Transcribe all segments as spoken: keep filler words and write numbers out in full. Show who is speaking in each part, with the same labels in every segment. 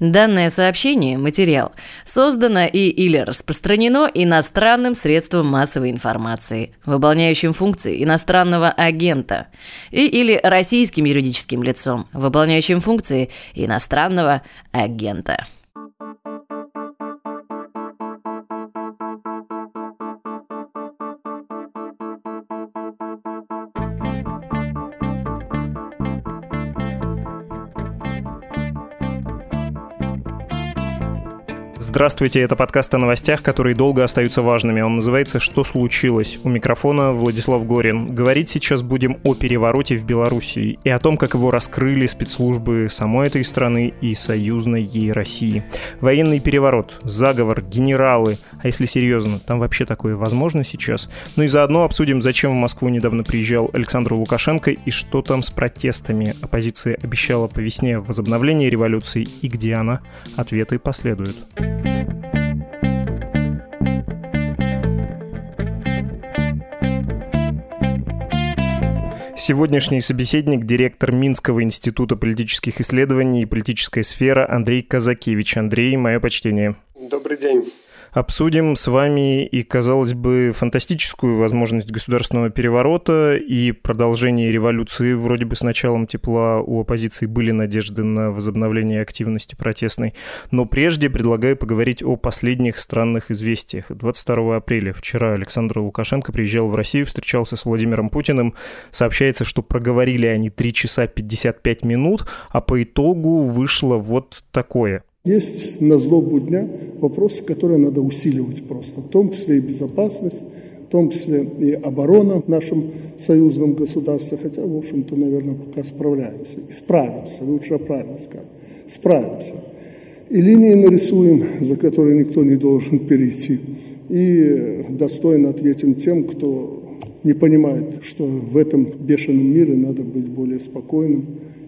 Speaker 1: Данное сообщение, материал, создано и или распространено иностранным средством массовой информации, выполняющим функции иностранного агента, и или российским юридическим лицом, выполняющим функции иностранного агента.
Speaker 2: Здравствуйте, это подкаст о новостях, которые долго остаются важными. Он называется «Что случилось?». У микрофона Владислав Горин. Говорить сейчас будем о перевороте в Белоруссии и о том, как его раскрыли спецслужбы самой этой страны и союзной ей России. Военный переворот, заговор, генералы. А если серьезно, там вообще такое возможно сейчас? Ну и заодно обсудим, зачем в Москву недавно приезжал Александр Лукашенко и что там с протестами. Оппозиция обещала по весне возобновление революции, и где она? Ответы последуют. Сегодняшний собеседник — директор Минского института политических исследований и политическая сфера Андрей Казакевич. Андрей, мое почтение.
Speaker 3: Добрый день.
Speaker 2: Обсудим с вами и, казалось бы, фантастическую возможность государственного переворота и продолжение революции. Вроде бы с началом тепла у оппозиции были надежды на возобновление активности протестной. Но прежде предлагаю поговорить о последних странных известиях. двадцать второго апреля, вчера, Александр Лукашенко приезжал в Россию, встречался с Владимиром Путиным. Сообщается, что проговорили они три часа пятьдесят пять минут, а по итогу вышло вот такое.
Speaker 4: Есть на злобу дня вопросы, которые надо усиливать просто, в том числе и безопасность, в том числе и оборона в нашем союзном государстве, хотя, в общем-то, наверное, пока справляемся. И справимся, лучше правильно сказать, справимся. И линии нарисуем, за которые никто не должен перейти, и достойно ответим тем, кто не понимает, что в этом бешеном мире надо быть более спокойным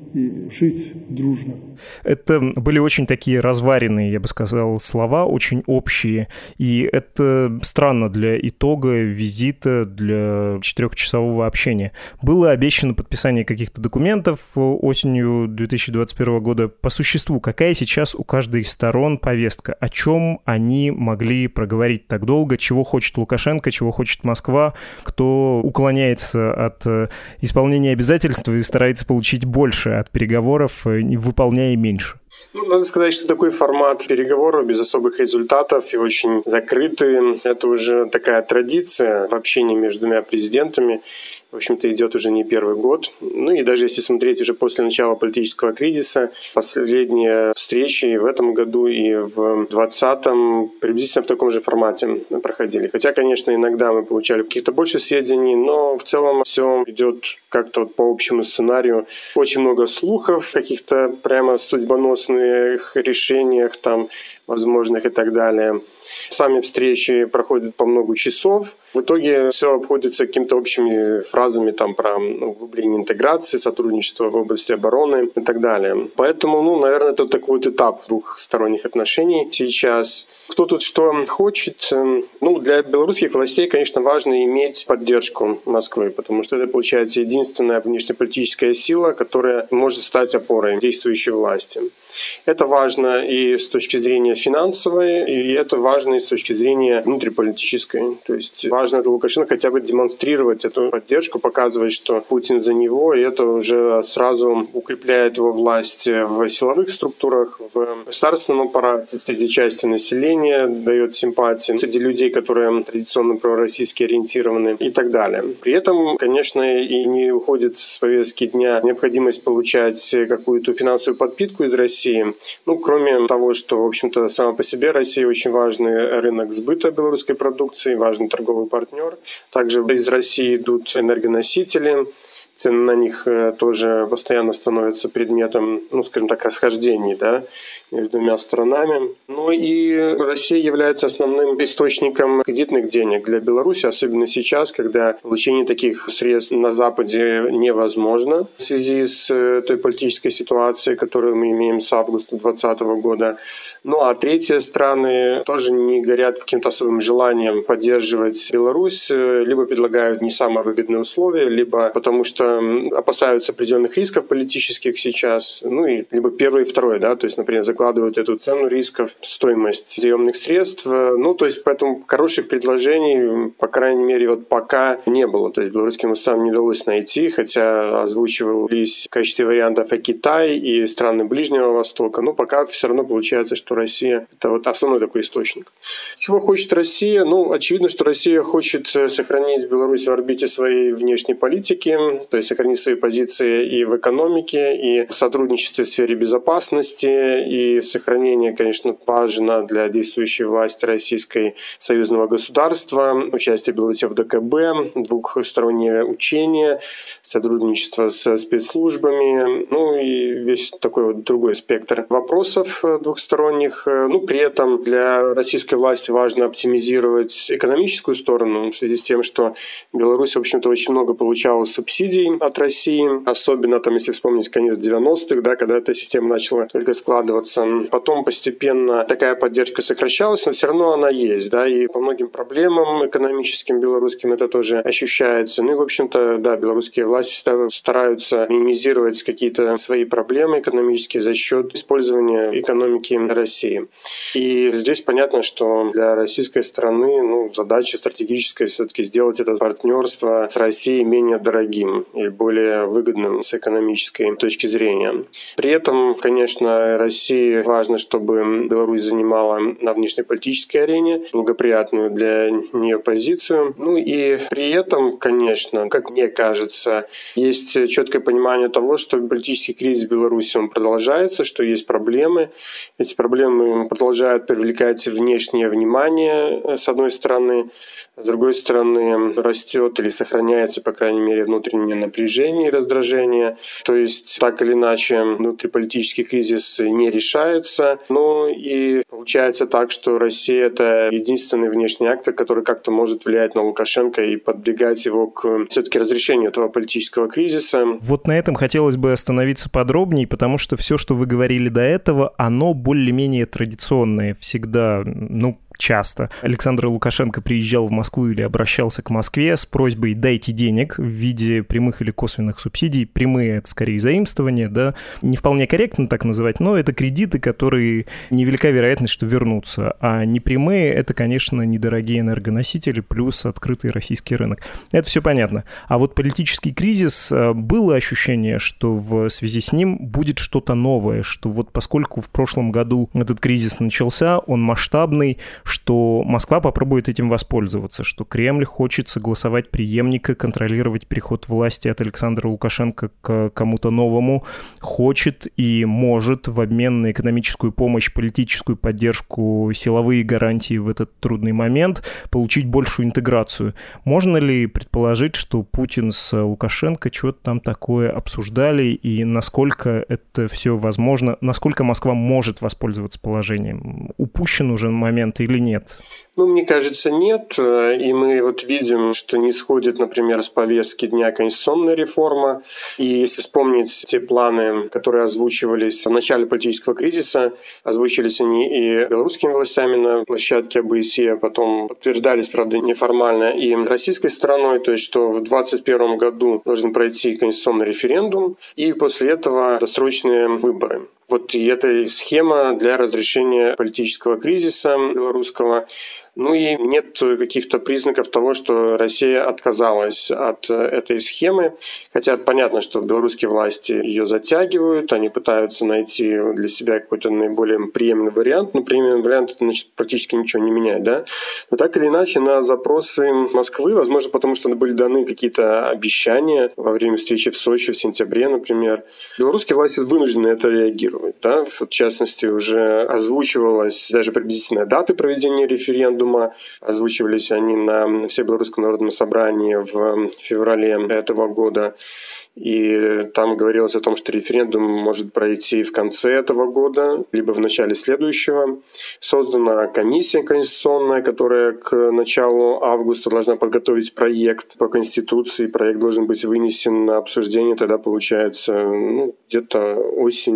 Speaker 4: и жить дружно.
Speaker 2: Это были очень такие разваренные, я бы сказал, слова, очень общие. И это странно для итога визита, для четырехчасового общения. Было обещано подписание каких-то документов осенью две тысячи двадцать первого года. По существу, какая сейчас у каждой из сторон повестка? О чем они могли проговорить так долго? Чего хочет Лукашенко, чего хочет Москва? Кто уклоняется от исполнения обязательств и старается получить больше от переговоров, не выполняя меньше?
Speaker 3: Ну, надо сказать, что такой формат переговоров без особых результатов и очень закрытый, это уже такая традиция в общении между двумя президентами. В общем-то, идет уже не первый год. Ну и даже если смотреть уже после начала политического кризиса, последние встречи и в этом году, и в двадцатом приблизительно в таком же формате проходили. Хотя, конечно, иногда мы получали каких-то больше сведений, но в целом все идет как-то вот по общему сценарию. Очень много слухов, каких-то прямо судьбоносных решениях там возможных и так далее. Сами встречи проходят по много часов. В итоге все обходится какими-то общими фразами там про углубление интеграции, сотрудничество в области обороны и так далее. Поэтому, ну, наверное, это такой вот этап двухсторонних отношений сейчас. Кто тут что хочет? Ну, для белорусских властей, конечно, важно иметь поддержку Москвы, потому что это, получается, единственная внешнеполитическая сила, которая может стать опорой действующей власти. Это важно и с точки зрения финансовой, и это важно и с точки зрения внутриполитической. То есть важно для Лукашенко хотя бы демонстрировать эту поддержку, показывать, что Путин за него, и это уже сразу укрепляет его власть в силовых структурах, в государственном аппарате, среди части населения, дает симпатии, среди людей, которые традиционно пророссийски ориентированы и так далее. При этом, конечно, и не уходит с повестки дня необходимость получать какую-то финансовую подпитку из России. Ну, кроме того, что, в общем-то, сама по себе Россия очень важный рынок сбыта белорусской продукции, важный торговый партнер. Также из России идут энергоносители. Цены на них тоже постоянно становятся предметом, ну, скажем так, расхождений, да, между двумя странами. Ну и Россия является основным источником кредитных денег для Беларуси, особенно сейчас, когда получение таких средств на Западе невозможно в связи с той политической ситуацией, которую мы имеем с августа двадцатого года. Ну а третьи страны тоже не горят каким-то особым желанием поддерживать Беларусь, либо предлагают не самые выгодные условия, либо потому что что опасаются определенных рисков политических сейчас, ну и либо первое и второе, да, то есть, например, закладывают эту цену рисков, стоимость заемных средств, ну, то есть, поэтому хороших предложений, по крайней мере, вот пока не было, то есть, белорусским властям не удалось найти, хотя озвучивались в качестве вариантов и Китай, и страны Ближнего Востока, но пока все равно получается, что Россия – это вот основной такой источник. Чего хочет Россия? Ну, очевидно, что Россия хочет сохранить Беларусь в орбите своей внешней политики, то есть сохранить свои позиции и в экономике, и в сотрудничестве в сфере безопасности, и сохранение, конечно, важно для действующей власти российской союзного государства, участие Беларуси в ДКБ, двухсторонние учения, сотрудничество с спецслужбами, ну и весь такой вот другой спектр вопросов двухсторонних. Ну, при этом для российской власти важно оптимизировать экономическую сторону в связи с тем, что Беларусь, в общем-то, очень много получала субсидий от России, особенно там, если вспомнить конец девяностых, да, когда эта система начала только складываться. Потом постепенно такая поддержка сокращалась, но все равно она есть, да, и по многим проблемам экономическим белорусским это тоже ощущается. Ну и, в общем-то, да, белорусские власти стараются минимизировать какие-то свои проблемы экономические за счет использования экономики России. И здесь понятно, что для российской страны, ну, задача стратегическая все-таки сделать это партнерство с Россией менее дорогим и более выгодным с экономической точки зрения. При этом, конечно, России важно, чтобы Беларусь занимала на внешнеполитической арене благоприятную для нее позицию. Ну и при этом, конечно, как мне кажется, есть четкое понимание того, что политический кризис в Беларуси он продолжается, что есть проблемы. Эти проблемы продолжают привлекать внешнее внимание, с одной стороны. С другой стороны, растет или сохраняется, по крайней мере, внутреннее напряжение и раздражение. То есть, так или иначе, внутриполитический кризис не решается. Ну и получается так, что Россия – это единственный внешний актор, который как-то может влиять на Лукашенко и подвигать его к все-таки разрешению этого политического кризиса.
Speaker 2: Вот на этом хотелось бы остановиться подробнее, потому что все, что вы говорили до этого, оно более-менее традиционное. Всегда, ну, часто Александр Лукашенко приезжал в Москву или обращался к Москве с просьбой «дайте денег» в виде прямых или косвенных субсидий. Прямые — это скорее заимствования, да, не вполне корректно так называть, но это кредиты, которые невелика вероятность, что вернутся. А непрямые — это, конечно, недорогие энергоносители плюс открытый российский рынок. Это все понятно. А вот политический кризис, было ощущение, что в связи с ним будет что-то новое, что вот поскольку в прошлом году этот кризис начался, он масштабный, что Москва попробует этим воспользоваться, что Кремль хочет согласовать преемника, контролировать переход власти от Александра Лукашенко к кому-то новому, хочет и может в обмен на экономическую помощь, политическую поддержку, силовые гарантии в этот трудный момент получить большую интеграцию. Можно ли предположить, что Путин с Лукашенко что-то там такое обсуждали, и насколько это все возможно, насколько Москва может воспользоваться положением? Упущен уже момент или нет?
Speaker 3: Ну, мне кажется, нет. И мы вот видим, что не сходит, например, с повестки дня конституционная реформа. И если вспомнить те планы, которые озвучивались в начале политического кризиса, озвучивались они и белорусскими властями на площадке ОБСЕ, а потом подтверждались, правда, неформально, и российской стороной, то есть, что в двадцать первом году должен пройти конституционный референдум, и после этого досрочные выборы. Вот и эта схема для разрешения политического кризиса белорусского. Ну и нет каких-то признаков того, что Россия отказалась от этой схемы. Хотя понятно, что белорусские власти ее затягивают, они пытаются найти для себя какой-то наиболее приемлемый вариант. Но приемлемый вариант, это значит практически ничего не меняет, да? Но так или иначе на запросы Москвы, возможно, потому что были даны какие-то обещания во время встречи в Сочи в сентябре, например, белорусские власти вынуждены это реагировать. Да? В частности, уже озвучивалась даже приблизительная дата проведения референдума. Озвучивались они на Всебелорусском народном собрании в феврале этого года. И там говорилось о том, что референдум может пройти в конце этого года, либо в начале следующего. Создана комиссия конституционная, которая к началу августа должна подготовить проект по Конституции. Проект должен быть вынесен на обсуждение, тогда получается, ну, где-то осенью этого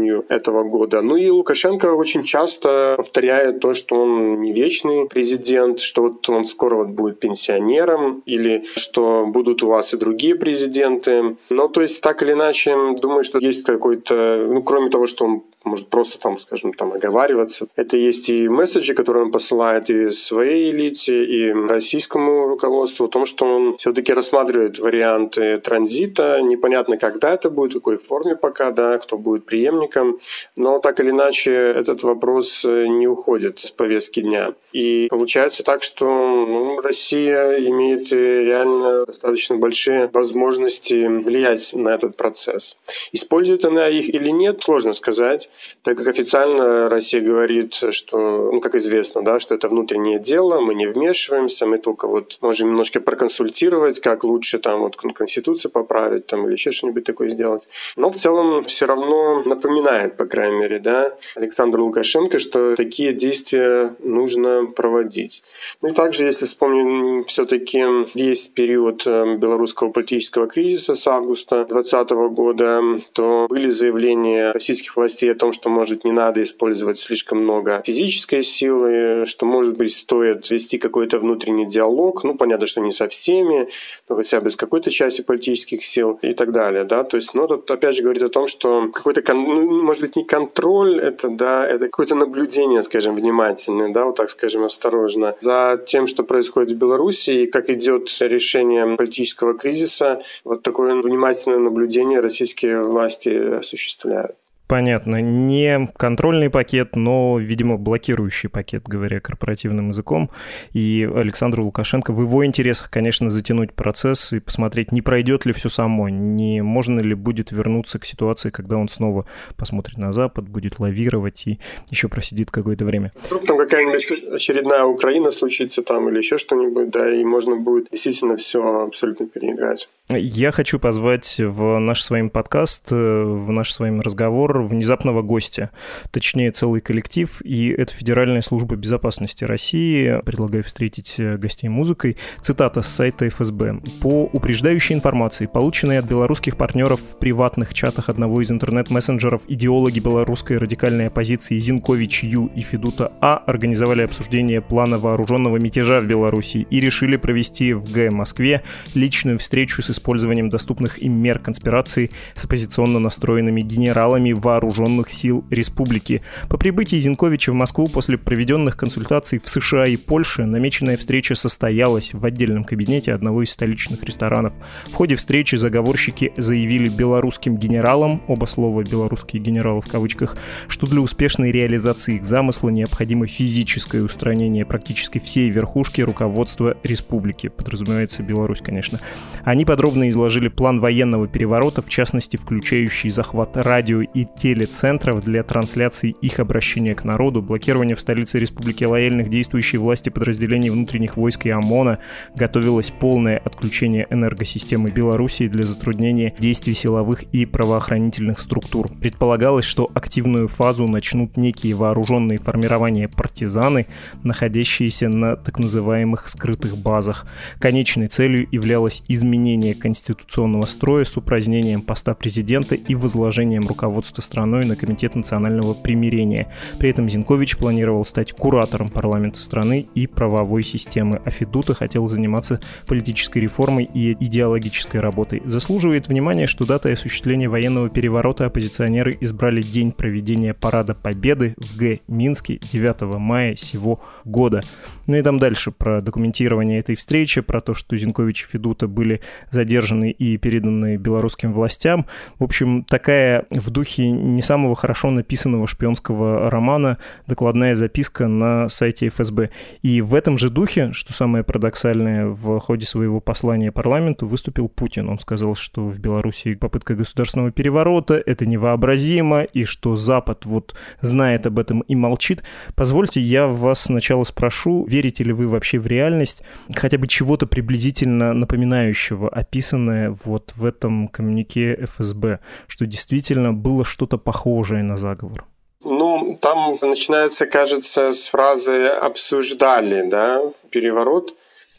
Speaker 3: двадцатого года. Ну и Лукашенко очень часто повторяет то, что он не вечный президент, что вот он скоро вот будет пенсионером, или что будут у вас и другие президенты. Ну, то есть, так или иначе, думаю, что есть какой-то, ну, кроме того, что он может просто там, скажем, там оговариваться. Это есть и месседжи, которые он посылает и своей элите, и российскому руководству о том, что он все-таки рассматривает варианты транзита. Непонятно, когда это будет, в какой форме пока, да, кто будет преемником. Но так или иначе этот вопрос не уходит с повестки дня. И получается так, что ну, Россия имеет реально достаточно большие возможности влиять на этот процесс. Использует она их или нет, сложно сказать. Так как официально Россия говорит, что, ну, как известно, да, что это внутреннее дело, мы не вмешиваемся, мы только вот можем немножко проконсультировать, как лучше там вот Конституцию поправить там, или еще что-нибудь такое сделать. Но в целом все равно напоминает, по крайней мере, да, Александру Лукашенко, что такие действия нужно проводить. Ну и также, если вспомним все-таки весь период белорусского политического кризиса с августа двадцатого года, то были заявления российских властей о том, что, может, не надо использовать слишком много физической силы, что, может быть, стоит вести какой-то внутренний диалог, ну, понятно, что не со всеми, но хотя бы с какой-то частью политических сил и так далее, да, то есть, ну, тут опять же говорит о том, что какой-то, ну, может быть, не контроль, это, да, это какое-то наблюдение, скажем, внимательное, да, вот так скажем, осторожно, за тем, что происходит в Беларуси и как идет решение политического кризиса, вот такое внимательное наблюдение российские власти осуществляют.
Speaker 2: Понятно. Не контрольный пакет, но, видимо, блокирующий пакет, говоря корпоративным языком. И Александру Лукашенко в его интересах, конечно, затянуть процесс и посмотреть, не пройдет ли все само, не можно ли будет вернуться к ситуации, когда он снова посмотрит на Запад, будет лавировать и еще просидит какое-то время.
Speaker 3: Вдруг там какая-нибудь очередная Украина случится там или еще что-нибудь, да, и можно будет действительно все абсолютно переиграть.
Speaker 2: Я хочу позвать в наш с вами подкаст, в наш с вами разговор внезапного гостя, точнее целый коллектив, и это Федеральная служба безопасности России. Предлагаю встретить гостей музыкой. Цитата с сайта эф эс бэ. По упреждающей информации, полученной от белорусских партнеров в приватных чатах одного из интернет-мессенджеров, идеологи белорусской радикальной оппозиции Зинкович Ю и Федута А организовали обсуждение плана вооруженного мятежа в Беларуси и решили провести в гэ Москве личную встречу с использованием доступных им мер конспирации с оппозиционно настроенными генералами вооруженных сил республики. По прибытии Зинковича в Москву после проведенных консультаций в США и Польше намеченная встреча состоялась в отдельном кабинете одного из столичных ресторанов. В ходе встречи заговорщики заявили белорусским генералам, оба слова «белорусские генералы» в кавычках, что для успешной реализации их замысла необходимо физическое устранение практически всей верхушки руководства республики. Подразумевается Беларусь, конечно. Они подробно изложили план военного переворота, в частности, включающий захват радио и телецентров для трансляции их обращения к народу, блокирование в столице республики лояльных действующей власти подразделений внутренних войск и ОМОНа, готовилось полное отключение энергосистемы Белоруссии для затруднения действий силовых и правоохранительных структур. Предполагалось, что активную фазу начнут некие вооруженные формирования партизаны, находящиеся на так называемых скрытых базах. Конечной целью являлось изменение конституционного строя с упразднением поста президента и возложением руководства страной на Комитет национального примирения. При этом Зинкович планировал стать куратором парламента страны и правовой системы, а Федута хотел заниматься политической реформой и идеологической работой. Заслуживает внимания, что датой осуществления военного переворота оппозиционеры избрали день проведения Парада Победы в гэ Минске девятого мая сего года. Ну и там дальше про документирование этой встречи, про то, что Зинкович и Федута были задержаны и переданы белорусским властям. В общем, такая в духе не самого хорошо написанного шпионского романа докладная записка на сайте эф эс бэ. И в этом же духе, что самое парадоксальное, в ходе своего послания парламенту выступил Путин. Он сказал, что в Беларуси попытка государственного переворота, это невообразимо, и что Запад вот знает об этом и молчит. Позвольте, я вас сначала спрошу, верите ли вы вообще в реальность хотя бы чего-то приблизительно напоминающего, описанное вот в этом коммюнике эф эс бэ, что действительно было что-то похожее на заговор?
Speaker 3: Ну, там начинается, кажется, с фразы «обсуждали», да, переворот.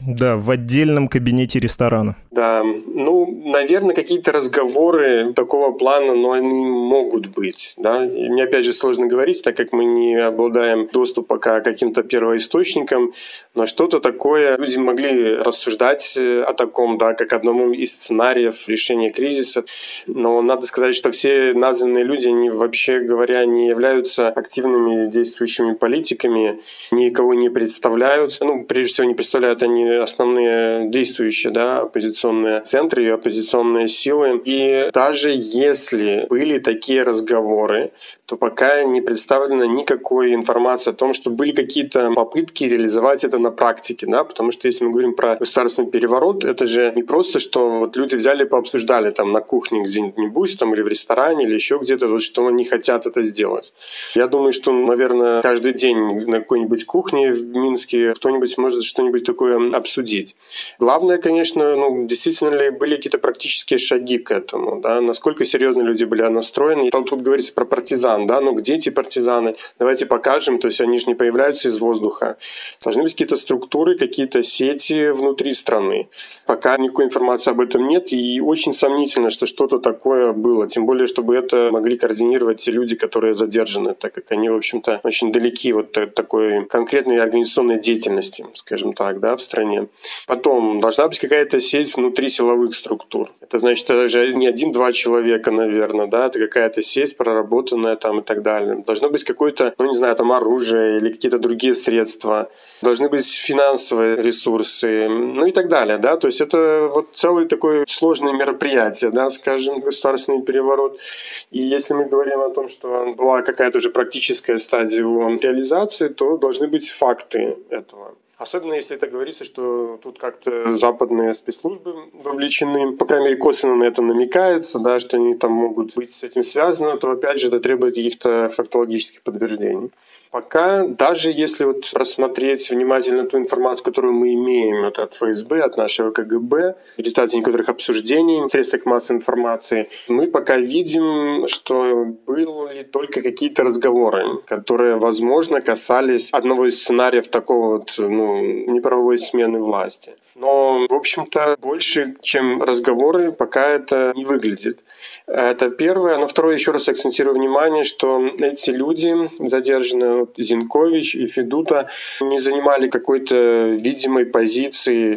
Speaker 2: Да, в отдельном кабинете ресторана.
Speaker 3: Да, ну, наверное, какие-то разговоры такого плана, но они могут быть, да. И мне, опять же, сложно говорить, так как мы не обладаем доступом пока к каким-то первоисточникам, но что-то такое люди могли рассуждать о таком, да, как одному из сценариев решения кризиса. Но надо сказать, что все названные люди, они, вообще говоря, не являются активными действующими политиками, никого не представляют. Ну, прежде всего, не представляют они основные действующие, да, оппозиционные центры и оппозиционные силы. И даже если были такие разговоры, то пока не представлена никакой информации о том, что были какие-то попытки реализовать это на практике, да, потому что если мы говорим про государственный переворот, это же не просто, что вот люди взяли и пообсуждали там на кухне где-нибудь там или в ресторане или еще где-то, вот, что они хотят это сделать. Я думаю, что, наверное, каждый день на какой-нибудь кухне в Минске кто-нибудь может что-нибудь такое обсудить. Главное, конечно, ну, действительно ли были какие-то практические шаги к этому, да, насколько серьезно люди были настроены. И тут говорится про партизан, да, ну где эти партизаны? Давайте покажем, то есть они же не появляются из воздуха. Должны быть какие-то структуры, какие-то сети внутри страны. Пока никакой информации об этом нет, и очень сомнительно, что что-то такое было. Тем более, чтобы это могли координировать те люди, которые задержаны, так как они, в общем-то, очень далеки вот от такой конкретной организационной деятельности, скажем так, да, в стране. Потом должна быть какая-то сеть внутри силовых структур. Это значит, это же не один-два человека, наверное, да, это какая-то сеть проработанная там и так далее. Должно быть какое-то, ну не знаю, там оружие или какие-то другие средства. Должны быть финансовые ресурсы, ну и так далее, да. То есть это вот целое такое сложное мероприятие, да, скажем, государственный переворот. И если мы говорим о том, что была какая-то уже практическая стадия его реализации, то должны быть факты этого. Особенно если это говорится, что тут как-то западные спецслужбы вовлечены, по крайней мере, косвенно на это намекается, да, что они там могут быть с этим связаны, то опять же это требует каких-то фактологических подтверждений. Пока, даже если вот рассмотреть внимательно ту информацию, которую мы имеем от эф эс бэ, от нашего ка гэ бэ, в результате некоторых обсуждений в средствах массовой информации, мы пока видим, что были только какие-то разговоры, которые, возможно, касались одного из сценариев такого вот, ну, неправовой смены власти. Но, в общем-то, больше, чем разговоры, пока это не выглядит. Это первое. Но второе, еще раз акцентирую внимание, что эти люди, задержанные, Зинкович и Федута, не занимали какой-то видимой позиции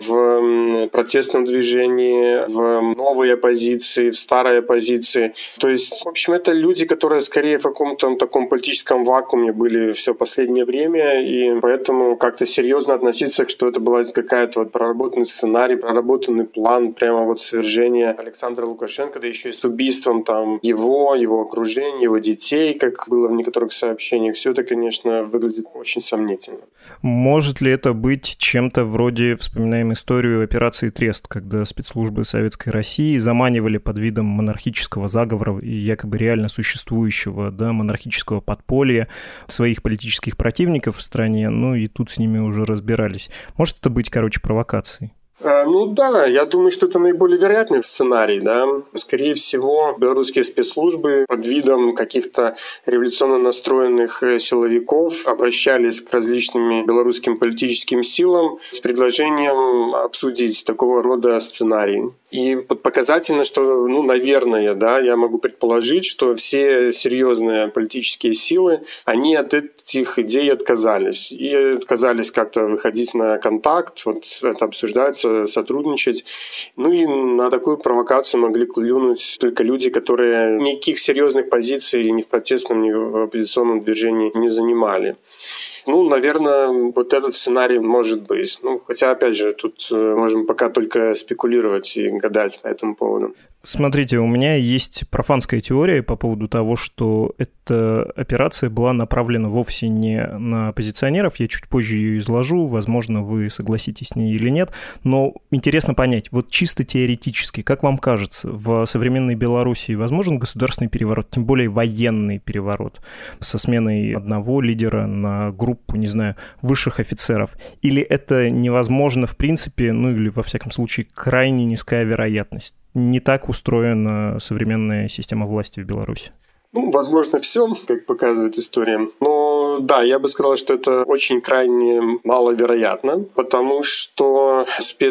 Speaker 3: в протестном движении, в новой оппозиции, в старой оппозиции. То есть, в общем, это люди, которые скорее в каком-то таком политическом вакууме были все последнее время, и поэтому как-то серьезно относиться, что это была какая-то вот проработка сценарий, проработанный план прямо вот свержения Александра Лукашенко, да еще и с убийством там его, его окружения, его детей, как было в некоторых сообщениях. Все это, конечно, выглядит очень сомнительно.
Speaker 2: Может ли это быть чем-то вроде, вспоминаем историю операции «Трест», когда спецслужбы Советской России заманивали под видом монархического заговора и якобы реально существующего, да, монархического подполья своих политических противников в стране, ну и тут с ними уже разбирались. Может это быть, короче, провокацией?
Speaker 3: Ну да, я думаю, что это наиболее вероятный сценарий, да. Скорее всего, белорусские спецслужбы под видом каких-то революционно настроенных силовиков обращались к различным белорусским политическим силам с предложением обсудить такого рода сценарий. И показательно, что, ну, наверное, да, я могу предположить, что все серьезные политические силы, они от этих идей отказались. И отказались как-то выходить на контакт, вот это обсуждается, сотрудничать. Ну и на такую провокацию могли клюнуть только люди, которые никаких серьезных позиций ни в протестном, ни в оппозиционном движении не занимали. Ну, наверное, вот этот сценарий может быть. Ну, хотя, опять же, тут можем пока только спекулировать и гадать по этому поводу.
Speaker 2: Смотрите, у меня есть профанская теория по поводу того, что эта операция была направлена вовсе не на оппозиционеров. Я чуть позже ее изложу, возможно, вы согласитесь с ней или нет. Но интересно понять, вот чисто теоретически, как вам кажется, в современной Белоруссии возможен государственный переворот, тем более военный переворот, со сменой одного лидера на группу, не знаю, высших офицеров? Или это невозможно в принципе, ну или во всяком случае крайне низкая вероятность? Не так устроена современная система власти в Беларуси?
Speaker 3: Ну, возможно, все, как показывает история. Но да, я бы сказал, что это очень крайне маловероятно, потому что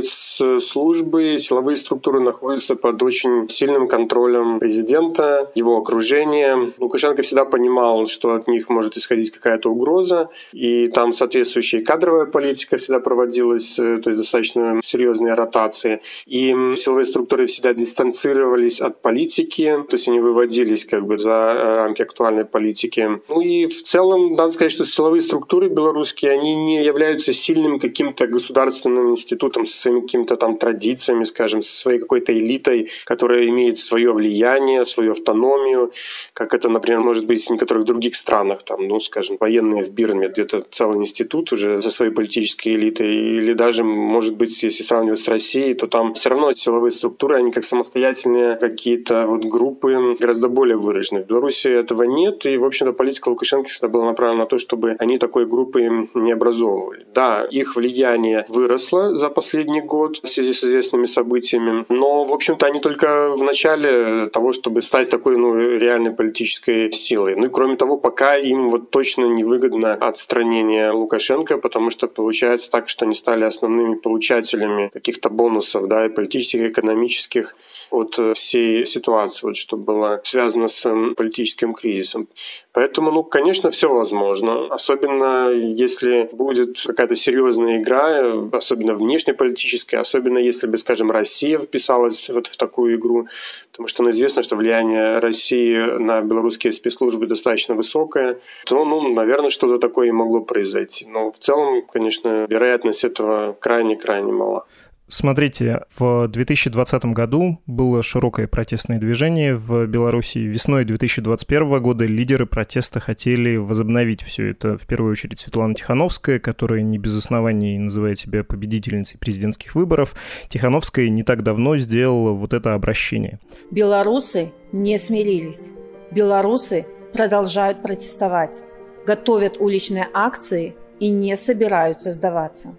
Speaker 3: спецслужбы, силовые структуры находятся под очень сильным контролем президента, его окружения. Лукашенко всегда понимал, что от них может исходить какая-то угроза, и там соответствующая кадровая политика всегда проводилась, то есть достаточно серьезные ротации. И силовые структуры всегда дистанцировались от политики, то есть они выводились как бы за рамки актуальной политики. Ну и в целом, надо сказать, что силовые структуры белорусские, они не являются сильным каким-то государственным институтом со своими какими-то там традициями, скажем, со своей какой-то элитой, которая имеет свое влияние, свою автономию, как это, например, может быть в некоторых других странах, там, ну, скажем, военные в Бирме, где-то целый институт уже со своей политической элитой, или даже, может быть, если сравнивать с Россией, то там все равно силовые структуры, они как самостоятельные какие-то вот группы гораздо более выражены. В Беларуси этого нет, и, в общем-то, политика Лукашенко всегда была направлена на то, чтобы они такой группы не образовывали. Да, их влияние выросло за последний год в связи с известными событиями, но, в общем-то, они только в начале того, чтобы стать такой, ну, реальной политической силой. Ну и, кроме того, пока им вот точно невыгодно отстранение Лукашенко, потому что получается так, что они стали основными получателями каких-то бонусов, да, и политических, и экономических от всей ситуации, вот, что было связано с политическим кризисом. Поэтому, ну, конечно, все возможно. Особенно если будет какая-то серьезная игра, особенно внешнеполитическая, особенно если бы, скажем, Россия вписалась вот в такую игру, потому что, ну, известно, что влияние России на белорусские спецслужбы достаточно высокое, то, ну, наверное, что-то такое и могло произойти. Но в целом, конечно, вероятность этого крайне-крайне мала.
Speaker 2: Смотрите, в две тысячи двадцатом году было широкое протестное движение в Беларуси. Весной две тысячи двадцать первого года лидеры протеста хотели возобновить все это. В первую очередь Светлана Тихановская, которая не без оснований называет себя победительницей президентских выборов. Тихановская не так давно сделала вот это обращение.
Speaker 5: Белорусы не смирились. Белорусы продолжают протестовать, готовят уличные акции и не собираются сдаваться.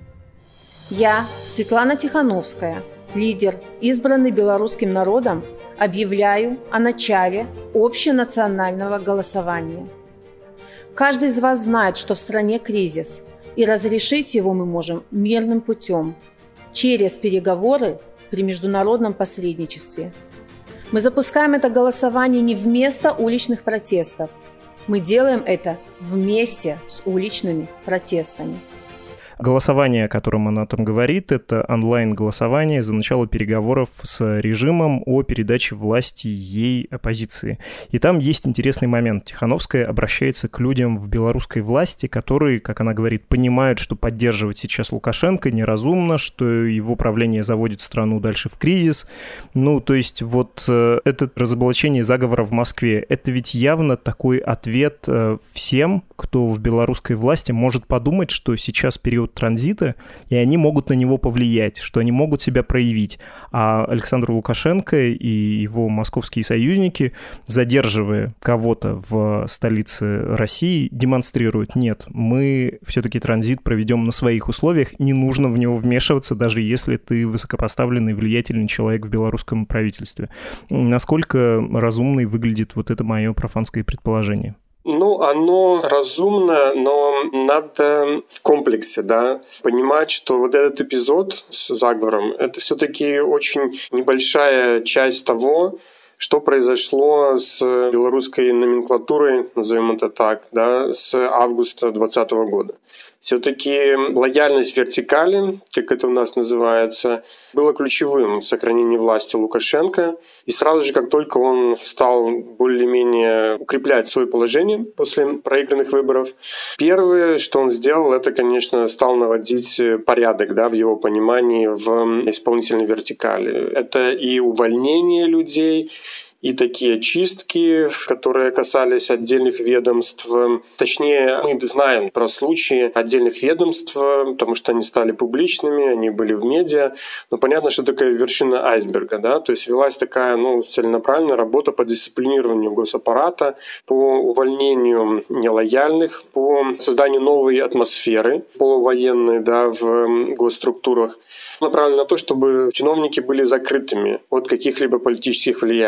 Speaker 5: Я, Светлана Тихановская, лидер, избранный белорусским народом, объявляю о начале общенационального голосования. Каждый из вас знает, что в стране кризис, и разрешить его мы можем мирным путем, через переговоры при международном посредничестве. Мы запускаем это голосование не вместо уличных протестов, мы делаем это вместе с уличными протестами.
Speaker 2: Голосование, о котором она там говорит, это онлайн-голосование за начало переговоров с режимом о передаче власти ей оппозиции. И там есть интересный момент. Тихановская обращается к людям в белорусской власти, которые, как она говорит, понимают, что поддерживать сейчас Лукашенко неразумно, что его правление заводит страну дальше в кризис. Ну, то есть вот э, это разоблачение заговора в Москве, это ведь явно такой ответ э, всем, кто в белорусской власти может подумать, что сейчас период транзита, и они могут на него повлиять, что они могут себя проявить. А Александр Лукашенко и его московские союзники, задерживая кого-то в столице России, демонстрируют: нет, мы все-таки транзит проведем на своих условиях, не нужно в него вмешиваться, даже если ты высокопоставленный, влиятельный человек в белорусском правительстве. Насколько разумной выглядит вот это мое профанское предположение?
Speaker 3: Ну, оно разумно, но надо в комплексе, да, понимать, что вот этот эпизод с заговором — это все-таки очень небольшая часть того, что произошло с белорусской номенклатурой, назовем это так, да, с августа двадцатого года. Все-таки лояльность вертикали, как это у нас называется, было ключевым в сохранении власти Лукашенко. И сразу же, как только он стал более-менее укреплять свое положение после проигранных выборов, первое, что он сделал, это, конечно, стал наводить порядок, да, в его понимании в исполнительной вертикали. Это и увольнение людей, и такие чистки, которые касались отдельных ведомств. Точнее, мы знаем про случаи отдельных ведомств, потому что они стали публичными, они были в медиа. Но понятно, что такая вершина айсберга, да, то есть велась такая, ну, целенаправленная работа по дисциплинированию госаппарата, по увольнению нелояльных, по созданию новой атмосферы полувоенной, да, в госструктурах, направлена на то, чтобы чиновники были закрытыми от каких-либо политических влияний, да.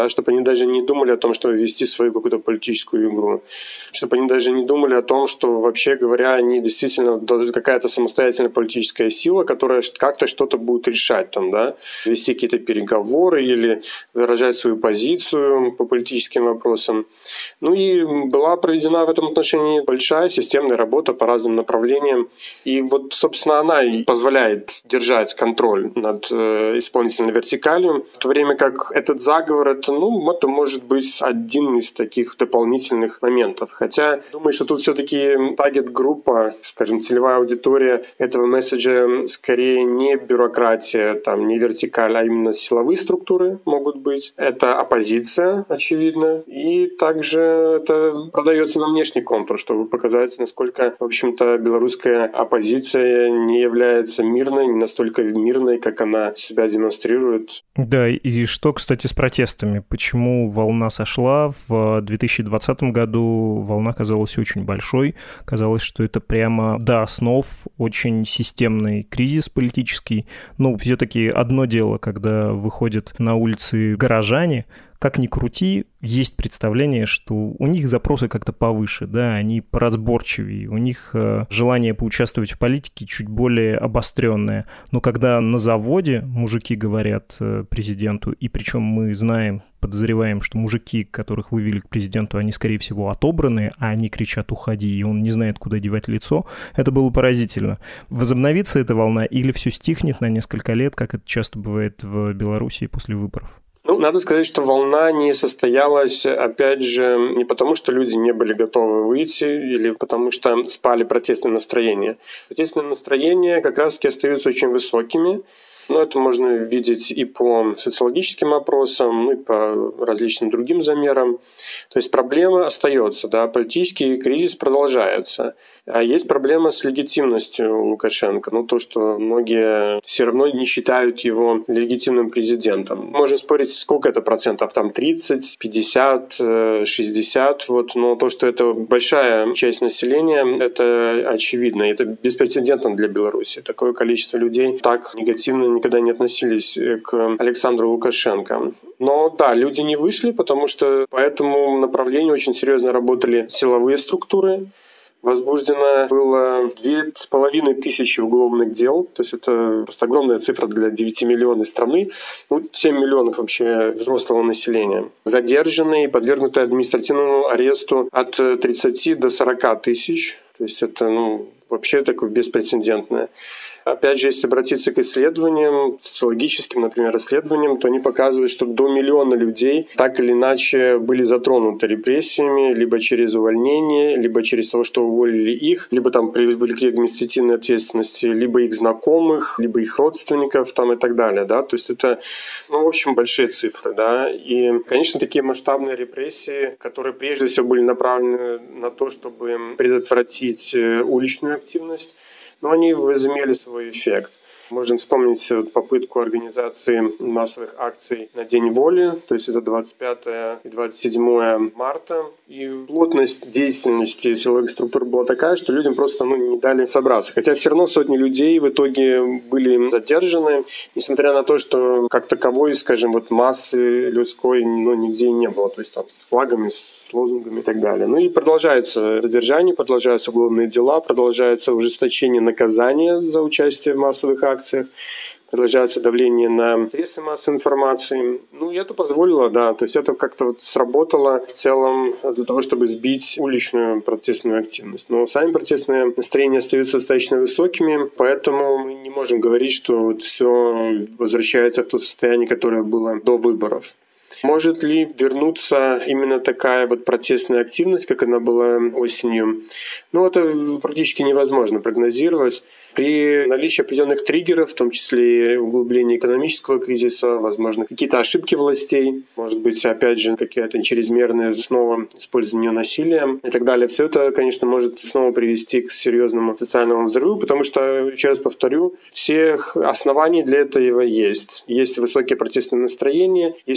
Speaker 3: да, чтобы они даже не думали о том, чтобы вести свою какую-то политическую игру, чтобы они даже не думали о том, что, вообще говоря, они действительно какая-то самостоятельная политическая сила, которая как-то что-то будет решать, там, да, вести какие-то переговоры или выражать свою позицию по политическим вопросам. Ну и была проведена в этом отношении большая системная работа по разным направлениям. И вот, собственно, она и позволяет держать контроль над э, исполнительной вертикалью, в то время как этот заговор, это, ну, это может быть один из таких дополнительных моментов. Хотя, думаю, что тут все-таки таргет-группа, скажем, целевая аудитория этого месседжа скорее не бюрократия, там, не вертикаль, а именно силовые структуры могут быть. Это оппозиция, очевидно. И также это продается на внешний контур, чтобы показать, насколько, в общем-то, белорусская оппозиция не является мирной, не настолько мирной, как она себя демонстрирует.
Speaker 2: Да, и что, кстати, с протестами? Почему волна сошла? В две тысячи двадцатом году волна казалась очень большой. Казалось, что это прямо до основ очень системный кризис политический. Ну, все-таки одно дело, когда выходят на улицы горожане, как ни крути, есть представление, что у них запросы как-то повыше, да, они поразборчивее, у них э, желание поучаствовать в политике чуть более обостренное. Но когда на заводе мужики говорят э, президенту, и причем мы знаем, подозреваем, что мужики, которых вывели к президенту, они, скорее всего, отобраны, а они кричат «уходи», и он не знает, куда девать лицо, это было поразительно. Возобновится эта волна или все стихнет на несколько лет, как это часто бывает в Беларуси после выборов?
Speaker 3: Ну, надо сказать, что волна не состоялась, опять же, не потому, что люди не были готовы выйти или потому, что спали протестные настроения. Протестные настроения как раз-таки остаются очень высокими. Но это можно видеть и по социологическим опросам, и по различным другим замерам. То есть проблема остается, да, политический кризис продолжается. А есть проблема с легитимностью Лукашенко. Ну, то, что многие все равно не считают его легитимным президентом. Можно спорить, сколько это процентов, там тридцать, пятьдесят, шестьдесят. Вот. Но то, что это большая часть населения, это очевидно. Это беспрецедентно для Беларуси. Такое количество людей так негативно никогда не относились к Александру Лукашенко. Но да, люди не вышли, потому что по этому направлению очень серьезно работали силовые структуры. Возбуждено было две с половиной тысячи уголовных дел, то есть это просто огромная цифра для девятимиллионной страны, ну, семь миллионов вообще взрослого населения. Задержаны и подвергнуты административному аресту от тридцати до сорока тысяч, то есть это, ну, вообще такое беспрецедентное. Опять же, если обратиться к исследованиям, социологическим, например, исследованиям, то они показывают, что до миллиона людей так или иначе были затронуты репрессиями, либо через увольнение, либо через то, что уволили их, либо там привлекли к административной ответственности, либо их знакомых, либо их родственников там, и так далее. Да? То есть это, ну, в общем, большие цифры. Да? И, конечно, такие масштабные репрессии, которые прежде всего были направлены на то, чтобы предотвратить уличную активность, но они возымели свой эффект. Можем вспомнить попытку организации массовых акций на День воли, то есть это двадцать пятое и двадцать седьмое марта. И плотность деятельности силовых структур была такая, что людям просто, ну, не дали собраться. Хотя все равно сотни людей в итоге были задержаны, несмотря на то, что как таковой, скажем, вот массы людской, ну, нигде не было. То есть там с флагами, с лозунгами и так далее. Ну и продолжаются задержания, продолжаются уголовные дела, продолжается ужесточение наказания за участие в массовых акциях, продолжается давление на средства массовой информации. Ну, и это позволило, да, то есть это как-то вот сработало в целом для того, чтобы сбить уличную протестную активность. Но сами протестные настроения остаются достаточно высокими, поэтому мы не можем говорить, что вот все возвращается в то состояние, которое было до выборов. Может ли вернуться именно такая вот протестная активность, как она была осенью? Ну, это практически невозможно прогнозировать. При наличии определенных триггеров, в том числе углубления экономического кризиса, возможно, какие-то ошибки властей, может быть, опять же, какие-то чрезмерные снова использование насилия и так далее. Все это, конечно, может снова привести к серьезному социальному взрыву, потому что, еще раз повторю, всех оснований для этого есть. Есть высокие протестные настроения, есть то, что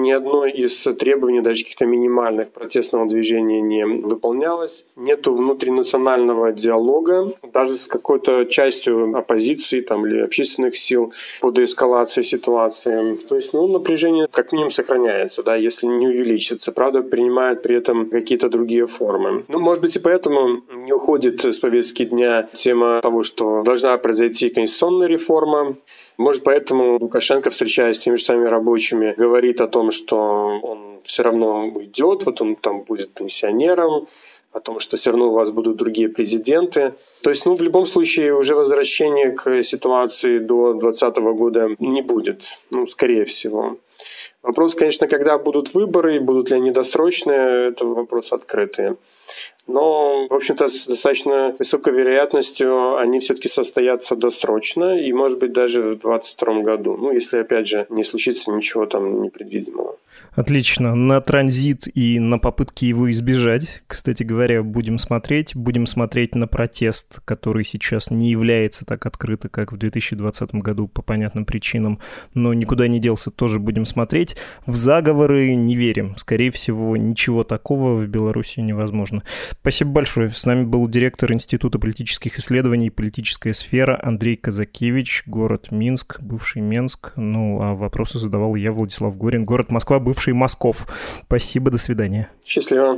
Speaker 3: ни одно из требований, даже каких-то минимальных, протестного движения не выполнялось. Нету внутринационального диалога, даже с какой-то частью оппозиции там, или общественных сил по деэскалации ситуации. То есть ну, напряжение как минимум сохраняется, да, если не увеличится. Правда, принимает при этом какие-то другие формы. Ну, может быть, и поэтому не уходит с повестки дня тема того, что должна произойти конституционная реформа. Может, поэтому Лукашенко, встречаясь с теми же самыми рабочими, говорит о том, что он все равно уйдет, вот он там будет пенсионером, о том, что все равно у вас будут другие президенты. То есть, ну, в любом случае, уже возвращение к ситуации до двадцатого года не будет, ну, скорее всего. Вопрос, конечно, когда будут выборы, будут ли они досрочные, это вопрос открытый. Но, в общем-то, с достаточно высокой вероятностью они все-таки состоятся досрочно и, может быть, даже в двадцать втором году. Ну, если, опять же, не случится ничего там непредвиденного.
Speaker 2: Отлично. На транзит и на попытки его избежать, кстати говоря, будем смотреть. Будем смотреть на протест, который сейчас не является так открыто, как в две тысячи двадцатом году по понятным причинам, но никуда не делся, тоже будем смотреть. В заговоры не верим. Скорее всего, ничего такого в Беларуси невозможно. Спасибо большое. С нами был директор Института политических исследований и политическая сфера Андрей Казакевич, город Минск, бывший Менск. Ну, а вопросы задавал я, Владислав Горин, город Москва, бывший Москов. Спасибо, до свидания.
Speaker 3: Счастливо.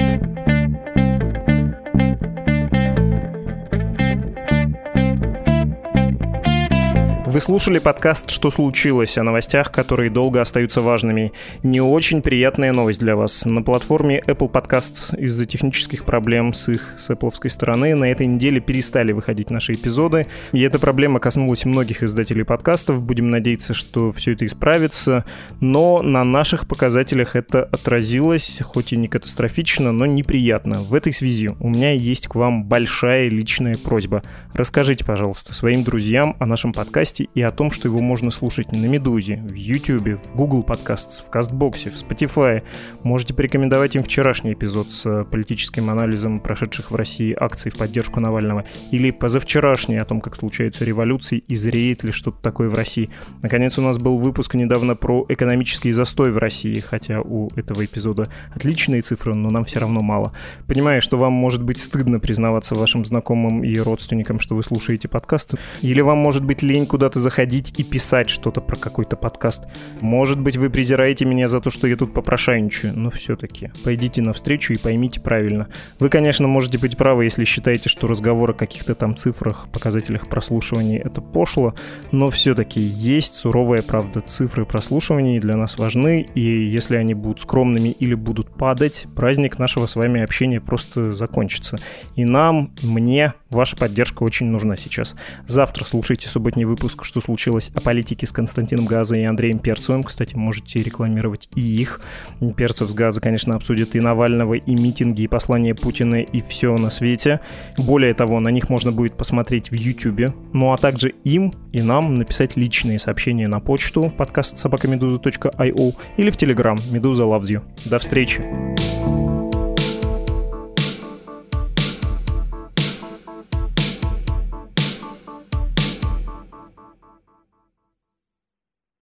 Speaker 2: Вы слушали подкаст «Что случилось?» о новостях, которые долго остаются важными. Не очень приятная новость для вас. На платформе Apple Podcasts из-за технических проблем с их, с Apple'овской стороны, на этой неделе перестали выходить наши эпизоды. И эта проблема коснулась многих издателей подкастов. Будем надеяться, что все это исправится. Но на наших показателях это отразилось, хоть и не катастрофично, но неприятно. В этой связи у меня есть к вам большая личная просьба. Расскажите, пожалуйста, своим друзьям о нашем подкасте и о том, что его можно слушать на Медузе, в Ютубе, в Google Podcasts, в Кастбоксе, в Spotify. Можете порекомендовать им вчерашний эпизод с политическим анализом прошедших в России акций в поддержку Навального или позавчерашний о том, как случаются революции и зреет ли что-то такое в России. Наконец, у нас был выпуск недавно про экономический застой в России, хотя у этого эпизода отличные цифры, но нам все равно мало. Понимаю, что вам может быть стыдно признаваться вашим знакомым и родственникам, что вы слушаете подкасты, или вам может быть лень куда-то заходить и писать что-то про какой-то подкаст. Может быть, вы презираете меня за то, что я тут попрошайничаю, но все-таки пойдите навстречу и поймите правильно. Вы, конечно, можете быть правы, если считаете, что разговор о каких-то там цифрах, показателях прослушиваний — это пошло, но все-таки есть суровая правда. Цифры прослушиваний для нас важны, и если они будут скромными или будут падать, праздник нашего с вами общения просто закончится. И нам, мне, ваша поддержка очень нужна сейчас. Завтра слушайте субботний выпуск «Что случилось?» о политике с Константином Газа и Андреем Перцевым. Кстати, можете рекламировать и их. Перцев с Газа, конечно, обсудит и Навального, и митинги, и послания Путина, и все на свете. Более того, на них можно будет посмотреть в Ютубе. Ну а также им и нам написать личные сообщения на почту подкаст собака медуза точка ай о или в Телеграм Медуза loves you. До встречи!